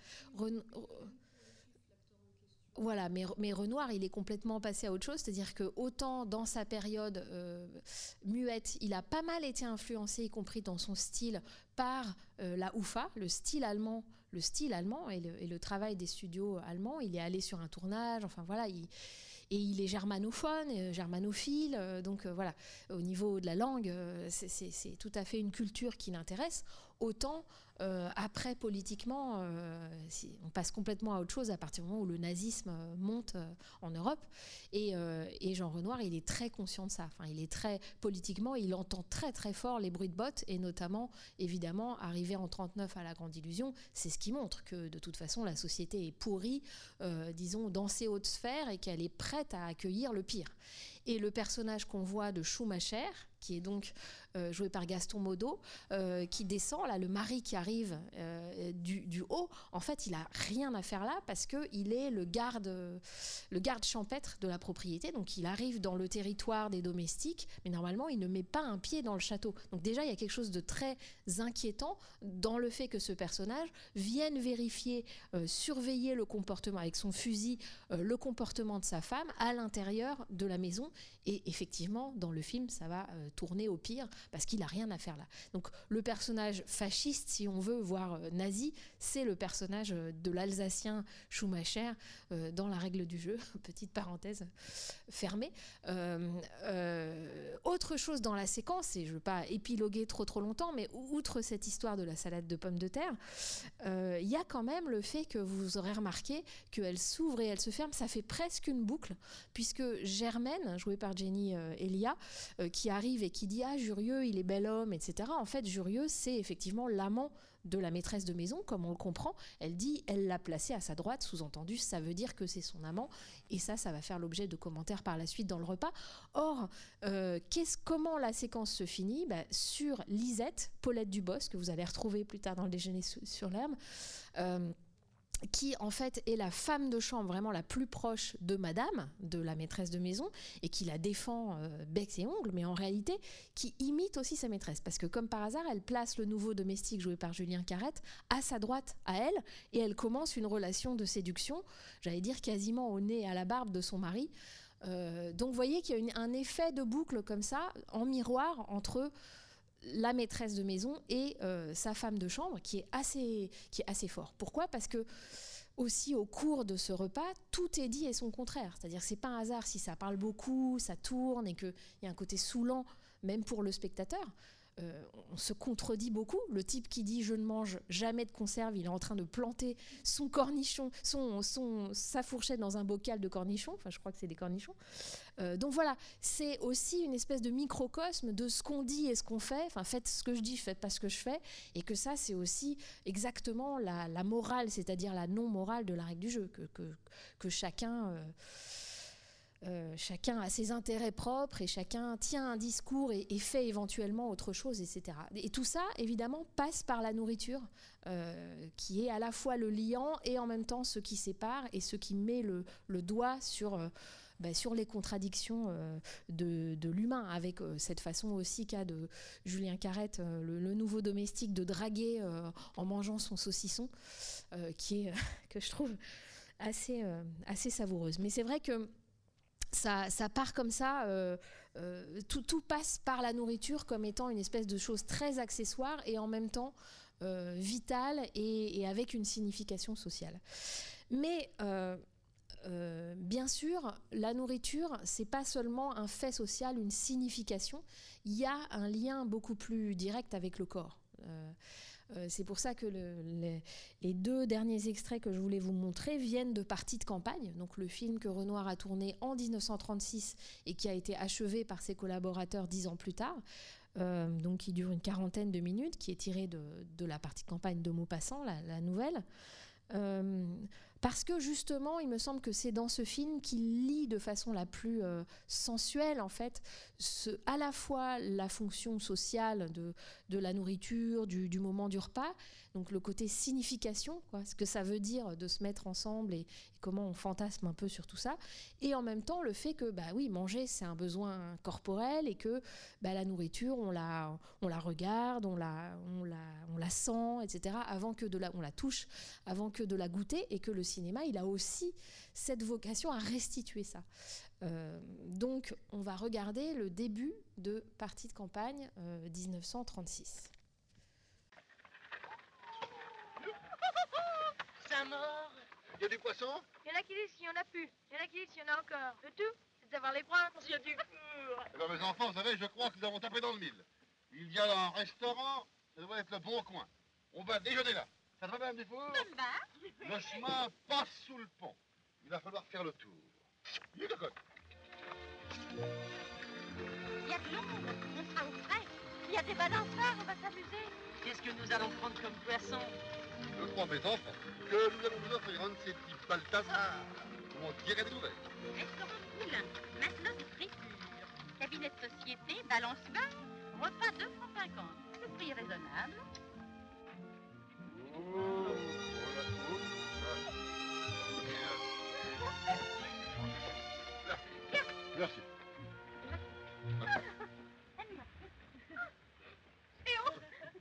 Voilà, mais Renoir, il est complètement passé à autre chose, c'est-à-dire que autant dans sa période muette, il a pas mal été influencé, y compris dans son style, par la UFA, le style allemand et le travail des studios allemands. Il est allé sur un tournage, enfin voilà, et il est germanophone, germanophile, donc voilà, au niveau de la langue, c'est tout à fait une culture qui l'intéresse. Autant après, politiquement, on passe complètement à autre chose à partir du moment où le nazisme monte en Europe. Et Jean Renoir, il est très conscient de ça. Enfin, il est très politiquement, il entend très très fort les bruits de bottes, et notamment, évidemment, arrivé en 1939 à la Grande Illusion, c'est ce qui montre que de toute façon la société est pourrie, disons, dans ses hautes sphères, et qu'elle est prête à accueillir le pire. Et le personnage qu'on voit de Schumacher, qui est donc joué par Gaston Modo, qui descend, là, le mari qui arrive du haut, en fait, il n'a rien à faire là parce qu'il est le garde champêtre de la propriété. Donc, il arrive dans le territoire des domestiques, mais normalement, il ne met pas un pied dans le château. Donc, déjà, il y a quelque chose de très inquiétant dans le fait que ce personnage vienne vérifier, surveiller le comportement, avec son fusil, le comportement de sa femme à l'intérieur de la maison. Et effectivement, dans le film, ça va tourner au pire parce qu'il n'a rien à faire là. Donc le personnage fasciste, si on veut, voire nazi, c'est le personnage de l'Alsacien Schumacher dans La règle du jeu, petite parenthèse fermée. Autre chose dans la séquence, et je ne veux pas épiloguer trop longtemps, mais outre cette histoire de la salade de pommes de terre, il y a quand même le fait que vous aurez remarqué qu'elle s'ouvre et elle se ferme, ça fait presque une boucle, puisque Germaine, jouée par Jenny Elia, qui arrive et qui dit « Ah, Jurieu, il est bel homme, etc. » En fait, Jurieu, c'est effectivement l'amant de la maîtresse de maison, comme on le comprend. Elle dit, elle l'a placé à sa droite, sous-entendu, ça veut dire que c'est son amant, et ça va faire l'objet de commentaires par la suite dans le repas. Or, comment la séquence se finit ? Sur Lisette, Paulette Dubosc, que vous allez retrouver plus tard dans le déjeuner sur l'herbe, qui en fait est la femme de chambre vraiment la plus proche de madame, de la maîtresse de maison, et qui la défend bec et ongles, mais en réalité qui imite aussi sa maîtresse, parce que comme par hasard, elle place le nouveau domestique joué par Julien Carrette à sa droite à elle, et elle commence une relation de séduction, j'allais dire quasiment au nez et à la barbe de son mari. Donc vous voyez qu'il y a un effet de boucle comme ça, en miroir entre la maîtresse de maison et sa femme de chambre, qui est assez fort. Pourquoi ? Parce que aussi au cours de ce repas, tout est dit et son contraire. C'est-à-dire que c'est pas un hasard si ça parle beaucoup, ça tourne et qu'il y a un côté saoulant, même pour le spectateur. on se contredit beaucoup. Le type qui dit « je ne mange jamais de conserve », il est en train de planter son cornichon, sa fourchette dans un bocal de cornichons. Enfin, je crois que c'est des cornichons. Donc voilà, c'est aussi une espèce de microcosme de ce qu'on dit et ce qu'on fait. Enfin, faites ce que je dis, faites pas ce que je fais. Et que ça, c'est aussi exactement la morale, c'est-à-dire la non-morale de la règle du jeu. Que chacun a ses intérêts propres et chacun tient un discours et fait éventuellement autre chose, etc. Et tout ça, évidemment, passe par la nourriture, qui est à la fois le liant et en même temps ce qui sépare et ce qui met le doigt sur les contradictions de l'humain, avec cette façon aussi qu'a de Julien Carrette, le nouveau domestique, de draguer en mangeant son saucisson, qui est, que je trouve assez savoureuse. Mais c'est vrai que ça part comme ça, tout passe par la nourriture comme étant une espèce de chose très accessoire et en même temps vitale et avec une signification sociale. Mais bien sûr, la nourriture, c'est pas seulement un fait social, une signification, il y a un lien beaucoup plus direct avec le corps. C'est pour ça que les deux derniers extraits que je voulais vous montrer viennent de Parties de campagne, donc le film que Renoir a tourné en 1936 et qui a été achevé par ses collaborateurs 10 ans plus tard, donc qui dure une 40aine de minutes, qui est tiré de la partie de campagne de Maupassant, la nouvelle. Parce que justement, il me semble que c'est dans ce film qu'il lie de façon la plus sensuelle, en fait, à la fois la fonction sociale de la nourriture, du moment du repas, donc le côté signification, quoi, ce que ça veut dire de se mettre ensemble et comment on fantasme un peu sur tout ça, et en même temps le fait que, oui, manger, c'est un besoin corporel et que la nourriture, on la regarde, on la sent, etc., on la touche, avant que de la goûter, et que le cinéma, il a aussi cette vocation à restituer ça. Donc, on va regarder le début de Parties de campagne 1936. Saint-Maur. Il y a du poisson? Il y en a qui disent qu'il n'y en a plus. Il y en a qui disent qu'il y en a encore. Le tout, c'est d'avoir les bras il y a du four. Eh bien, mes enfants, vous savez, je crois que nous avons tapé dans le mille. Il y a là un restaurant, ça devrait être le Bon Coin. On va déjeuner là. Ça te va, Madame Dufour? Ça me va. Le chemin passe sous le pont. Il va falloir faire le tour. Il y a de côte. Il y a de l'ombre, on sera au frais. Il y a des balanceurs, on va s'amuser. Qu'est-ce que nous allons prendre comme poisson? Je crois, mes enfants, que nous allons vous offrir un de ces petits Balthazar. Comment tirer des nouvelles? Restaurant Poulain, maintenant de friture. Cabinet de société, balance 20, repas 2,50 francs. Le prix est raisonnable. Merci. Et on...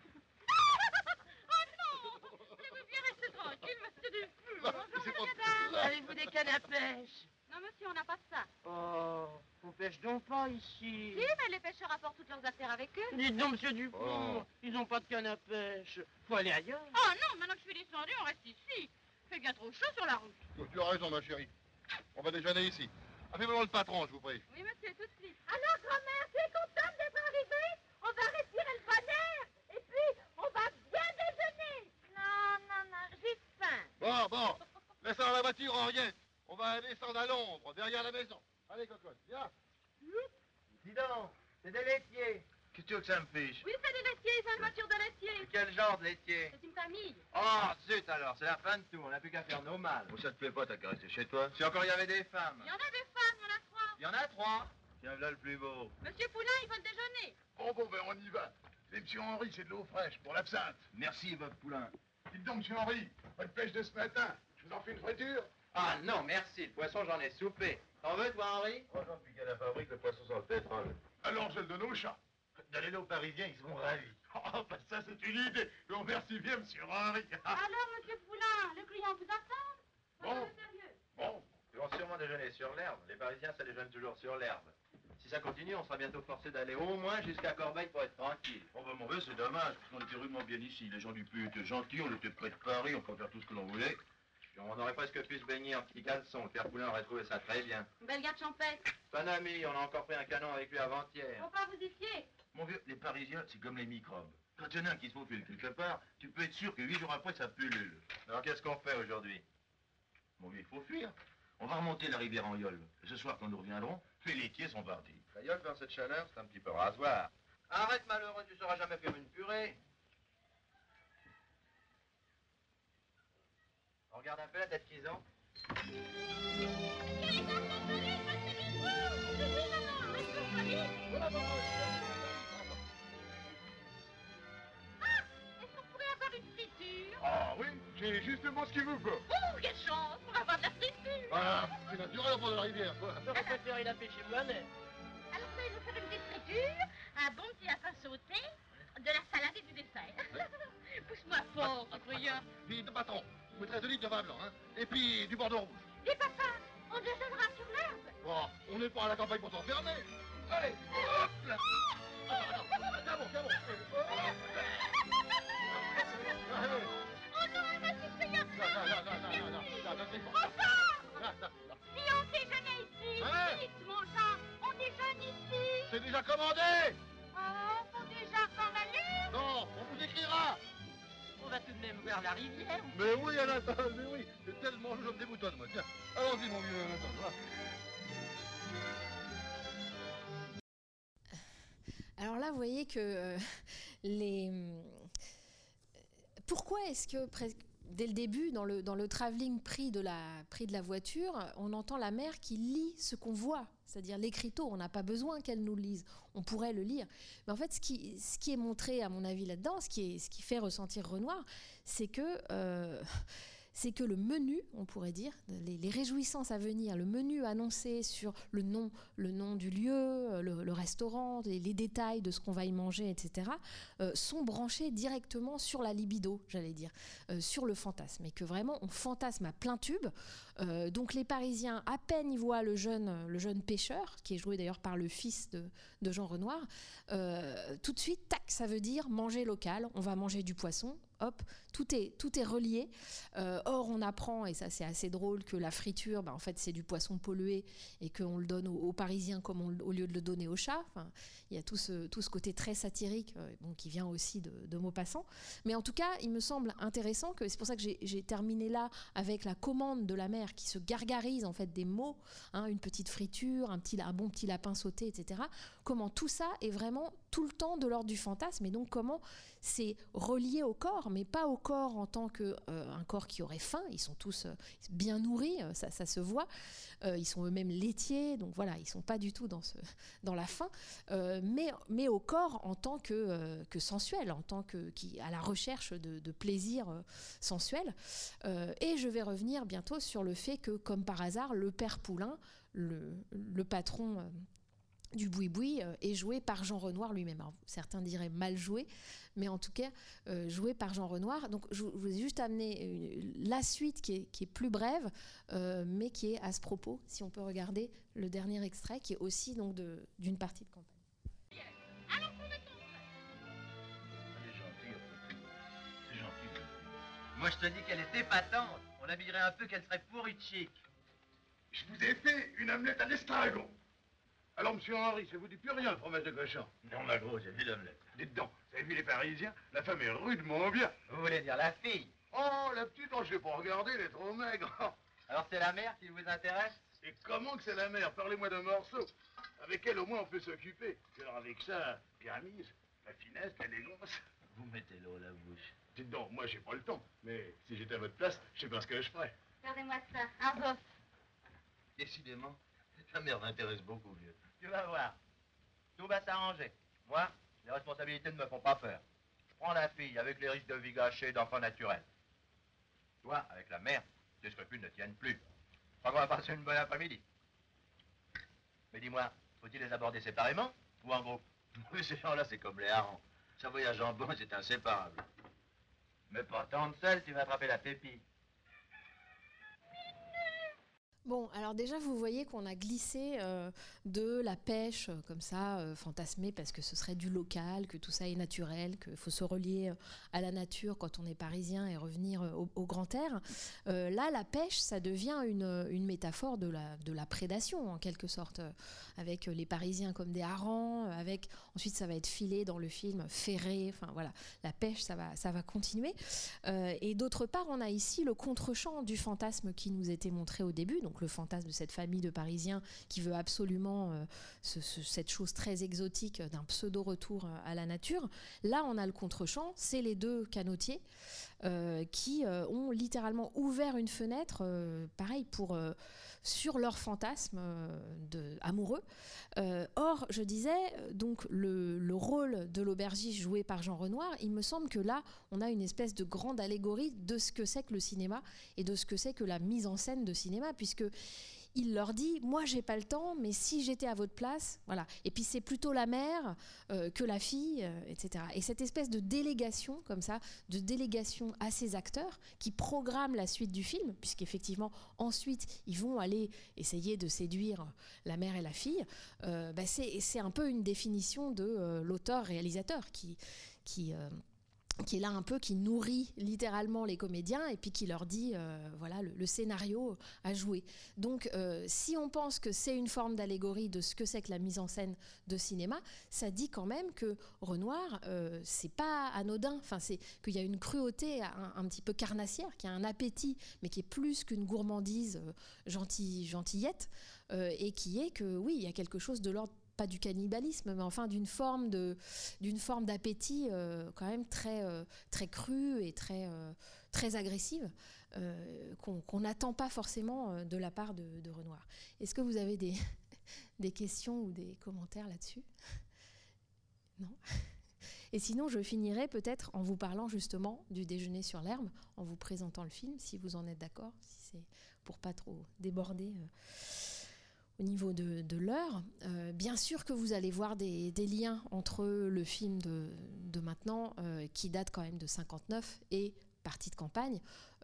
Oh non! Je veux bien rester tranquille, monsieur Dufour. Bonjour, madame. Avez-vous des cannes à pêche? Non, monsieur, on n'a pas de ça. Oh, on pêche donc pas ici. Si, mais les pêcheurs apportent toutes leurs affaires avec eux. Dites donc, monsieur Dufour, ils n'ont pas de canne à pêche. Faut aller ailleurs. Oh non, maintenant que je suis descendu, on reste ici. Il fait bien trop chaud sur la route. Tu as raison, ma chérie. On va déjeuner ici. Appelez-moi le patron, je vous prie. Oui, monsieur, tout de suite. Alors, grand-mère, tu es contente d'être arrivée? On va respirer le bon air. Et puis, on va bien déjeuner. Non, j'ai faim. Bon. Laissez dans la voiture en rien. On va descendre à l'ombre, derrière la maison. Allez, cocotte, viens. Dis donc, c'est des laitiers. Qu'est-ce que tu veux que ça me fiche? Oui, c'est des laitiers, c'est une voiture de laitier. Quel genre de laitier? C'est une famille. Oh, zut alors, c'est la fin de tout, on n'a plus qu'à faire nos mâles. Bon, ça te plaît pas, t'as qu'à rester chez toi? Si encore il y avait des femmes. Il y en a des femmes, il y en a 3. Il y en a 3. Tiens, voilà le plus beau. Monsieur Poulain, il faut le déjeuner. Bon, ben on y va. C'est monsieur Henri, c'est de l'eau fraîche pour l'absinthe. Merci, Bob Poulain. Dites donc, monsieur Henri, pas de pêche de ce matin. Je vous en fais une friture? Ah non, merci, le poisson j'en ai soupé. T'en veux, toi, Henri? Franchement, depuis qu'elle a fabrique le poisson sans le pétrole. Alors, je le donne aux chats. Donnez-le aux Parisiens, ils seront ravis. Oh, ben ça, c'est une idée. Non, merci bien, monsieur Henri. Alors, monsieur Poulain, le client vous attend? Bon. Bon. Ils vont sûrement déjeuner sur l'herbe. Les Parisiens, ça déjeune toujours sur l'herbe. Si ça continue, on sera bientôt forcé d'aller au moins jusqu'à Corbeil pour être tranquille. Oh, ben, mon vieux, c'est dommage, parce qu'on était rudement bien ici. Les gens du Puy étaient gentils, on était près de Paris, on pouvait faire tout ce que l'on voulait. Puis on aurait presque pu se baigner en petit caleçon. Le père Poulain aurait trouvé ça très bien. Belle garde champêtre. Ton ami, on a encore pris un canon avec lui avant-hier. Faut pas vous y fier. Mon vieux, les Parisiens, c'est comme les microbes. Quand il y en a un qui se faufile quelque part, tu peux être sûr que 8 jours après, ça pullule. Alors qu'est-ce qu'on fait aujourd'hui? Mon vieux, il faut fuir. On va remonter la rivière en Yole. Et ce soir, quand nous reviendrons, les laitiers sont partis. La Yole, dans cette chaleur, c'est un petit peu rasoir. Arrête, malheureux, tu sauras jamais faire une purée. On regarde un peu la tête qu'ils ont. Est-ce qu'on pourrait avoir une friture? Ah oui, j'ai justement ce qu'il vous faut. Oh, quelle chance pour avoir de la friture! Ah, c'est naturel au bord de la rivière, quoi. Le professeur, il a fait chez Mohamed. Alors ça, il nous faire une petite friture, un bon petit lapin sauté, de la salade et du dessert. Pousse-moi fort, Adrien. Vite, patron, vous mettrez 2 litres de vin blanc, hein. Et puis du bordeaux rouge. Et papa, on déjeunera sur l'herbe. Oh, on n'est pas à la campagne pour s'enfermer. Allez, hop là. Attends, tiens bon, tiens bon. Oh non, elle m'a dit que c'est Non. Si on déjeunait ici, Hein? vite, mon Jean, on déjeune ici. C'est déjà commandé. Oh, faut déjà s'en aller. Non, on vous écrira. On va tout de même voir la rivière. Mais oui, Anatole, mais oui. C'est tellement chaud, je me déboutonne, moi. Tiens, allons-y, mon vieux Anatole, va. Alors là, vous voyez que pourquoi est-ce que dès le début, dans le travelling pris de la voiture, on entend la mère qui lit ce qu'on voit, c'est-à-dire l'écriteau. On n'a pas besoin qu'elle nous le lise, on pourrait le lire. Mais en fait, ce qui est montré, à mon avis, là-dedans, ce qui fait ressentir Renoir, c'est que le menu, on pourrait dire, les réjouissances à venir, le menu annoncé sur le nom du lieu, le restaurant, les détails de ce qu'on va y manger, etc., sont branchés directement sur la libido, j'allais dire, sur le fantasme. Et que vraiment, on fantasme à plein tube. Donc les Parisiens, à peine ils voient le jeune pêcheur, qui est joué d'ailleurs par le fils de Jean Renoir, tout de suite, tac, ça veut dire manger local, on va manger du poisson. Hop, tout est relié. Or, on apprend, et ça c'est assez drôle, que la friture, en fait, c'est du poisson pollué et qu'on le donne aux Parisiens au lieu de le donner aux chats. Enfin, il y a tout ce côté très satirique qui vient aussi de Maupassant. Mais en tout cas, il me semble intéressant que c'est pour ça que j'ai terminé là avec la commande de la mère qui se gargarise en fait des mots, hein, une petite friture, un bon petit lapin sauté, etc. Comment tout ça est vraiment tout le temps de l'ordre du fantasme, et donc comment c'est relié au corps, mais pas au corps en tant qu'un corps qui aurait faim. Ils sont tous bien nourris, ça se voit. Ils sont eux-mêmes laitiers, donc voilà, ils sont pas du tout dans la faim, mais au corps en tant que sensuel, en tant à la recherche de plaisir sensuel. Et je vais revenir bientôt sur le fait que, comme par hasard, le père Poulain, le patron du Boui-Boui, est joué par Jean Renoir lui-même. Alors, certains diraient mal joué, mais en tout cas joué par Jean Renoir. Donc je vous ai juste amené la suite qui est plus brève, mais qui est à ce propos, si on peut regarder le dernier extrait, qui est aussi donc d'une partie de campagne. Elle est gentille, c'est gentil. Moi, je te dis qu'elle est épatante. On la dirait un peu qu'elle serait pourrie de chic. Je vous ai fait une omelette à l'estragon. Alors, monsieur Henri, ça vous dit plus rien, le fromage de cochon? Non, ma grosse, j'ai vu l'omelette. Dites donc, vous avez vu les Parisiens? La femme est rudement bien. Vous voulez dire la fille? Oh, la petite, oh, je vais pas regarder, elle est trop maigre. Alors c'est la mère qui vous intéresse? Et comment que c'est la mère? Parlez-moi d'un morceau. Avec elle, au moins, on peut s'occuper. Et alors, avec ça, bien mise, la finesse, l'élégance. Vous mettez l'eau à la bouche. Dites donc, moi, j'ai pas le temps. Mais si j'étais à votre place, je sais pas ce que je ferais. Regardez-moi ça, un bof. Décidément, ta mère m'intéresse beaucoup, vieux. Tu vas voir. Tout va s'arranger. Moi, les responsabilités ne me font pas peur. Je prends la fille avec les risques de vie gâchée, d'enfant naturel. Toi, avec la mère, tes scrupules ne tiennent plus. Je crois qu'on va passer une bonne après-midi. Mais dis-moi, faut-il les aborder séparément ou en groupe? Oui, ces gens-là, c'est comme les harengs. Ça voyage en bon, c'est inséparable. Mais pas tant de sel, tu vas attraper la pépille. Bon, alors déjà, vous voyez qu'on a glissé de la pêche comme ça, fantasmée, parce que ce serait du local, que tout ça est naturel, qu'il faut se relier à la nature quand on est parisien et revenir au grand air. Là, la pêche, ça devient une métaphore de la prédation, en quelque sorte, avec les Parisiens comme des harengs, ensuite ça va être filé dans le film, ferré, enfin voilà, la pêche, ça va continuer. Et d'autre part, on a ici le contre-champ du fantasme qui nous était montré au début, donc le fantasme de cette famille de Parisiens qui veut absolument cette chose très exotique d'un pseudo-retour à la nature. Là, on a le contre-champ, c'est les deux canotiers qui ont littéralement ouvert une fenêtre, pareil, sur leur fantasme amoureux. Or, je disais, donc le rôle de l'aubergiste joué par Jean Renoir, il me semble que là, on a une espèce de grande allégorie de ce que c'est que le cinéma et de ce que c'est que la mise en scène de cinéma, puisque il leur dit, moi j'ai pas le temps, mais si j'étais à votre place, voilà. Et puis c'est plutôt la mère que la fille, etc. Et cette espèce de délégation, comme ça, de délégation à ces acteurs qui programment la suite du film, puisqu'effectivement, ensuite, ils vont aller essayer de séduire la mère et la fille, c'est un peu une définition de l'auteur-réalisateur qui est là un peu, qui nourrit littéralement les comédiens et puis qui leur dit voilà le scénario à jouer. Donc si on pense que c'est une forme d'allégorie de ce que c'est que la mise en scène de cinéma, ça dit quand même que Renoir, c'est pas anodin, enfin, c'est qu'il y a une cruauté un petit peu carnassière, qu'il y a un appétit, mais qui est plus qu'une gourmandise gentillette, et qui est que oui, il y a quelque chose de l'ordre, pas du cannibalisme, mais enfin d'une forme d'appétit quand même très crue et très agressive, qu'on n'attend pas forcément de la part de Renoir. Est-ce que vous avez des questions ou des commentaires là-dessus ? Non ? Et sinon, je finirai peut-être en vous parlant justement du Déjeuner sur l'herbe, en vous présentant le film, si vous en êtes d'accord, si c'est pour pas trop déborder au niveau de l'heure. Bien sûr que vous allez voir des liens entre le film de maintenant, qui date quand même de 59, et Partie de campagne,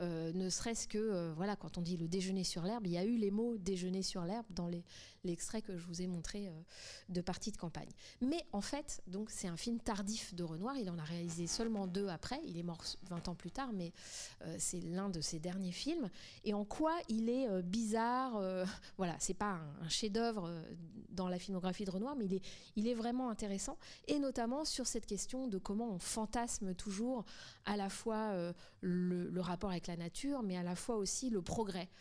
ne serait-ce que, voilà, quand on dit le Déjeuner sur l'herbe, il y a eu les mots Déjeuner sur l'herbe dans l'extrait que je vous ai montré de Partie de campagne. Mais en fait, donc, c'est un film tardif de Renoir, il en a réalisé seulement 2 après, il est mort 20 ans plus tard, mais c'est l'un de ses derniers films. Et en quoi il est bizarre, voilà, c'est pas un chef-d'œuvre dans la filmographie de Renoir, mais il est vraiment intéressant, et notamment sur cette question de comment on fantasme toujours à la fois le rapport avec la nature, mais à la fois aussi le progrès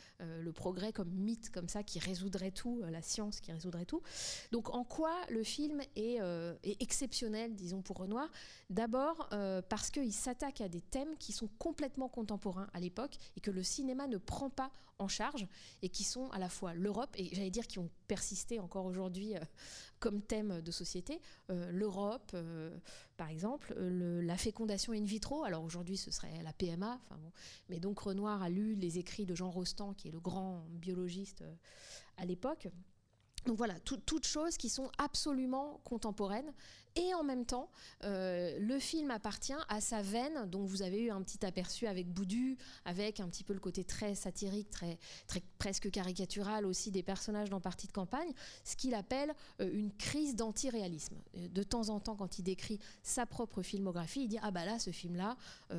comme mythe, comme ça, qui résoudrait tout, la science qui résoudrait tout. Donc en quoi le film est exceptionnel, disons, pour Renoir ? D'abord parce qu'il s'attaque à des thèmes qui sont complètement contemporains à l'époque et que le cinéma ne prend pas en charge, et qui sont à la fois l'Europe, et j'allais dire qui ont persisté encore aujourd'hui comme thème de société, l'Europe, par exemple, la fécondation in vitro, alors aujourd'hui ce serait la PMA, enfin bon, mais donc Renoir a lu les écrits de Jean Rostand, qui est le grand biologiste à l'époque. Donc voilà, toutes choses qui sont absolument contemporaines. Et en même temps, le film appartient à sa veine, dont vous avez eu un petit aperçu avec Boudu, avec un petit peu le côté très satirique, très presque caricatural aussi des personnages dans Partie de campagne, ce qu'il appelle une crise d'antiréalisme. De temps en temps, quand il décrit sa propre filmographie, il dit « Ah bah là, ce film-là,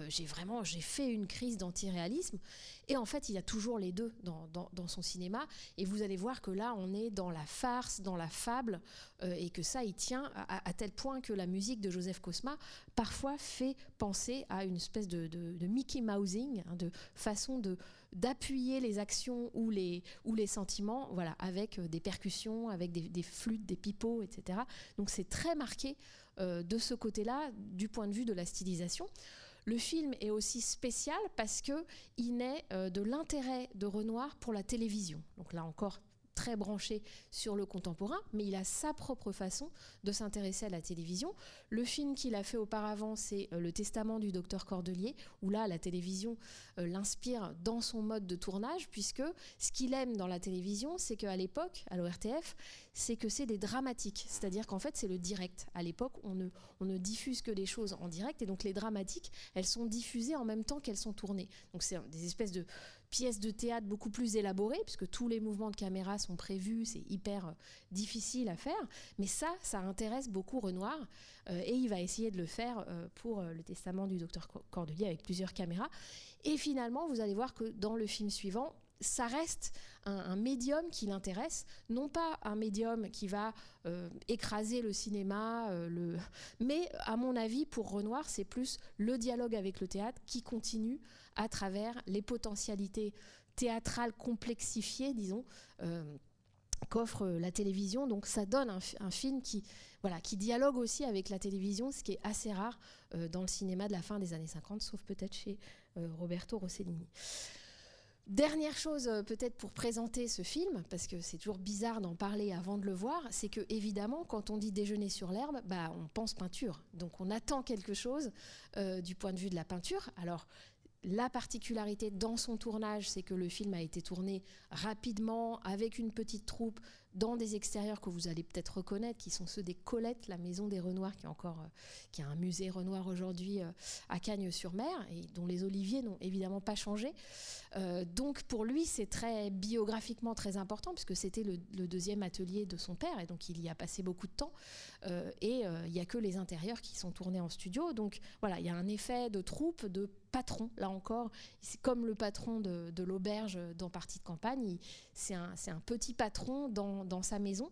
j'ai fait une crise d'antiréalisme ». Et en fait, il y a toujours les deux dans son cinéma. Et vous allez voir que là, on est dans la farce, dans la fable, et que ça, il tient à tel point que la musique de Joseph Cosma parfois fait penser à une espèce de Mickey Mousing, hein, de façon d'appuyer les actions ou les sentiments, voilà, avec des percussions, avec des flûtes, des pipeaux, etc. Donc c'est très marqué de ce côté-là, du point de vue de la stylisation. Le film est aussi spécial parce qu'il naît de l'intérêt de Renoir pour la télévision. Donc là encore, très branché sur le contemporain, mais il a sa propre façon de s'intéresser à la télévision. Le film qu'il a fait auparavant, c'est Le Testament du docteur Cordelier, où là, la télévision l'inspire dans son mode de tournage, puisque ce qu'il aime dans la télévision, c'est qu'à l'époque, à l'ORTF, c'est que c'est des dramatiques, c'est-à-dire qu'en fait, c'est le direct. À l'époque, on ne diffuse que des choses en direct, et donc les dramatiques, elles sont diffusées en même temps qu'elles sont tournées. Donc c'est des espèces de pièce de théâtre beaucoup plus élaborée, puisque tous les mouvements de caméra sont prévus, c'est hyper difficile à faire, mais ça intéresse beaucoup Renoir, et il va essayer de le faire pour le testament du docteur Cordelier avec plusieurs caméras. Et finalement, vous allez voir que dans le film suivant, ça reste un médium qui l'intéresse, non pas un médium qui va écraser le cinéma, mais à mon avis, pour Renoir, c'est plus le dialogue avec le théâtre qui continue à travers les potentialités théâtrales complexifiées, disons, qu'offre la télévision. Donc ça donne un film qui dialogue aussi avec la télévision, ce qui est assez rare dans le cinéma de la fin des années 50, sauf peut-être chez Roberto Rossellini. Dernière chose peut-être pour présenter ce film, parce que c'est toujours bizarre d'en parler avant de le voir, c'est que évidemment quand on dit Déjeuner sur l'herbe, on pense peinture. Donc on attend quelque chose du point de vue de la peinture. Alors la particularité dans son tournage, c'est que le film a été tourné rapidement avec une petite troupe dans des extérieurs que vous allez peut-être reconnaître, qui sont ceux des Colettes, la maison des Renoirs, qui a un musée Renoir aujourd'hui à Cagnes-sur-Mer, et dont les oliviers n'ont évidemment pas changé. Donc pour lui, c'est très biographiquement très important, puisque c'était le deuxième atelier de son père, et donc il y a passé beaucoup de temps. Et il n'y a que les intérieurs qui sont tournés en studio. Donc voilà, il y a un effet de troupe, de patron, là encore. C'est comme le patron de l'auberge dans Partie de campagne. C'est un petit patron dans sa maison.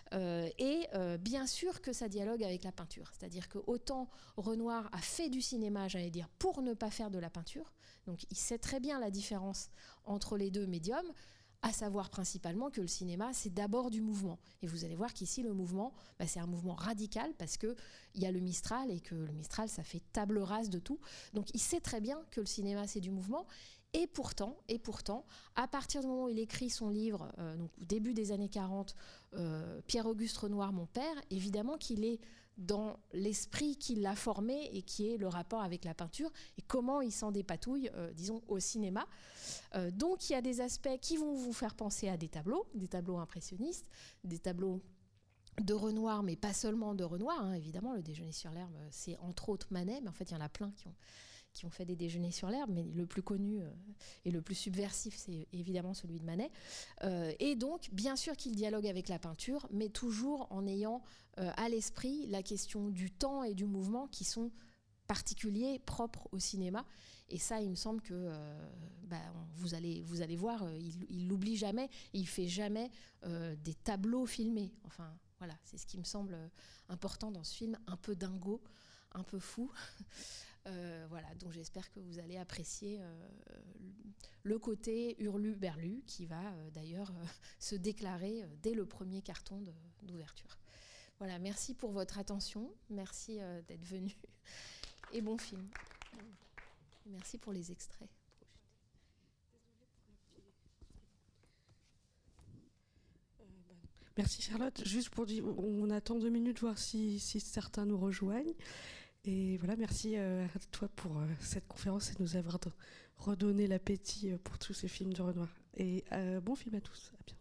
Et bien sûr que ça dialogue avec la peinture. C'est-à-dire que autant Renoir a fait du cinéma, j'allais dire, pour ne pas faire de la peinture. Donc il sait très bien la différence entre les deux médiums, à savoir principalement que le cinéma, c'est d'abord du mouvement. Et vous allez voir qu'ici, le mouvement, c'est un mouvement radical, parce qu'il y a le Mistral, et que le Mistral, ça fait table rase de tout. Donc il sait très bien que le cinéma, c'est du mouvement. Et pourtant, à partir du moment où il écrit son livre, donc au début des années 40, Pierre-Auguste Renoir, mon père, évidemment qu'il est dans l'esprit qui l'a formé et qui est le rapport avec la peinture et comment il s'en dépatouille, disons, au cinéma. Donc il y a des aspects qui vont vous faire penser à des tableaux impressionnistes, des tableaux de Renoir, mais pas seulement de Renoir, hein, évidemment. Le Déjeuner sur l'herbe, c'est entre autres Manet, mais en fait il y en a plein qui ont fait des Déjeuners sur l'herbe, mais le plus connu et le plus subversif, c'est évidemment celui de Manet. Et donc, bien sûr qu'il dialogue avec la peinture, mais toujours en ayant à l'esprit la question du temps et du mouvement qui sont particuliers, propres au cinéma. Et ça, il me semble que vous allez voir, il l'oublie jamais, et il fait jamais des tableaux filmés. Enfin, voilà, c'est ce qui me semble important dans ce film, un peu dingo, un peu fou. Voilà, donc j'espère que vous allez apprécier le côté hurlu-berlu qui va d'ailleurs se déclarer dès le premier carton d'ouverture. Voilà, merci pour votre attention, merci d'être venu et bon film. Merci pour les extraits. Merci Charlotte. Juste pour dire, on attend 2 minutes voir si certains nous rejoignent. Et voilà, merci à toi pour cette conférence et nous avoir redonné l'appétit pour tous ces films de Renoir. Et bon film à tous. À bientôt.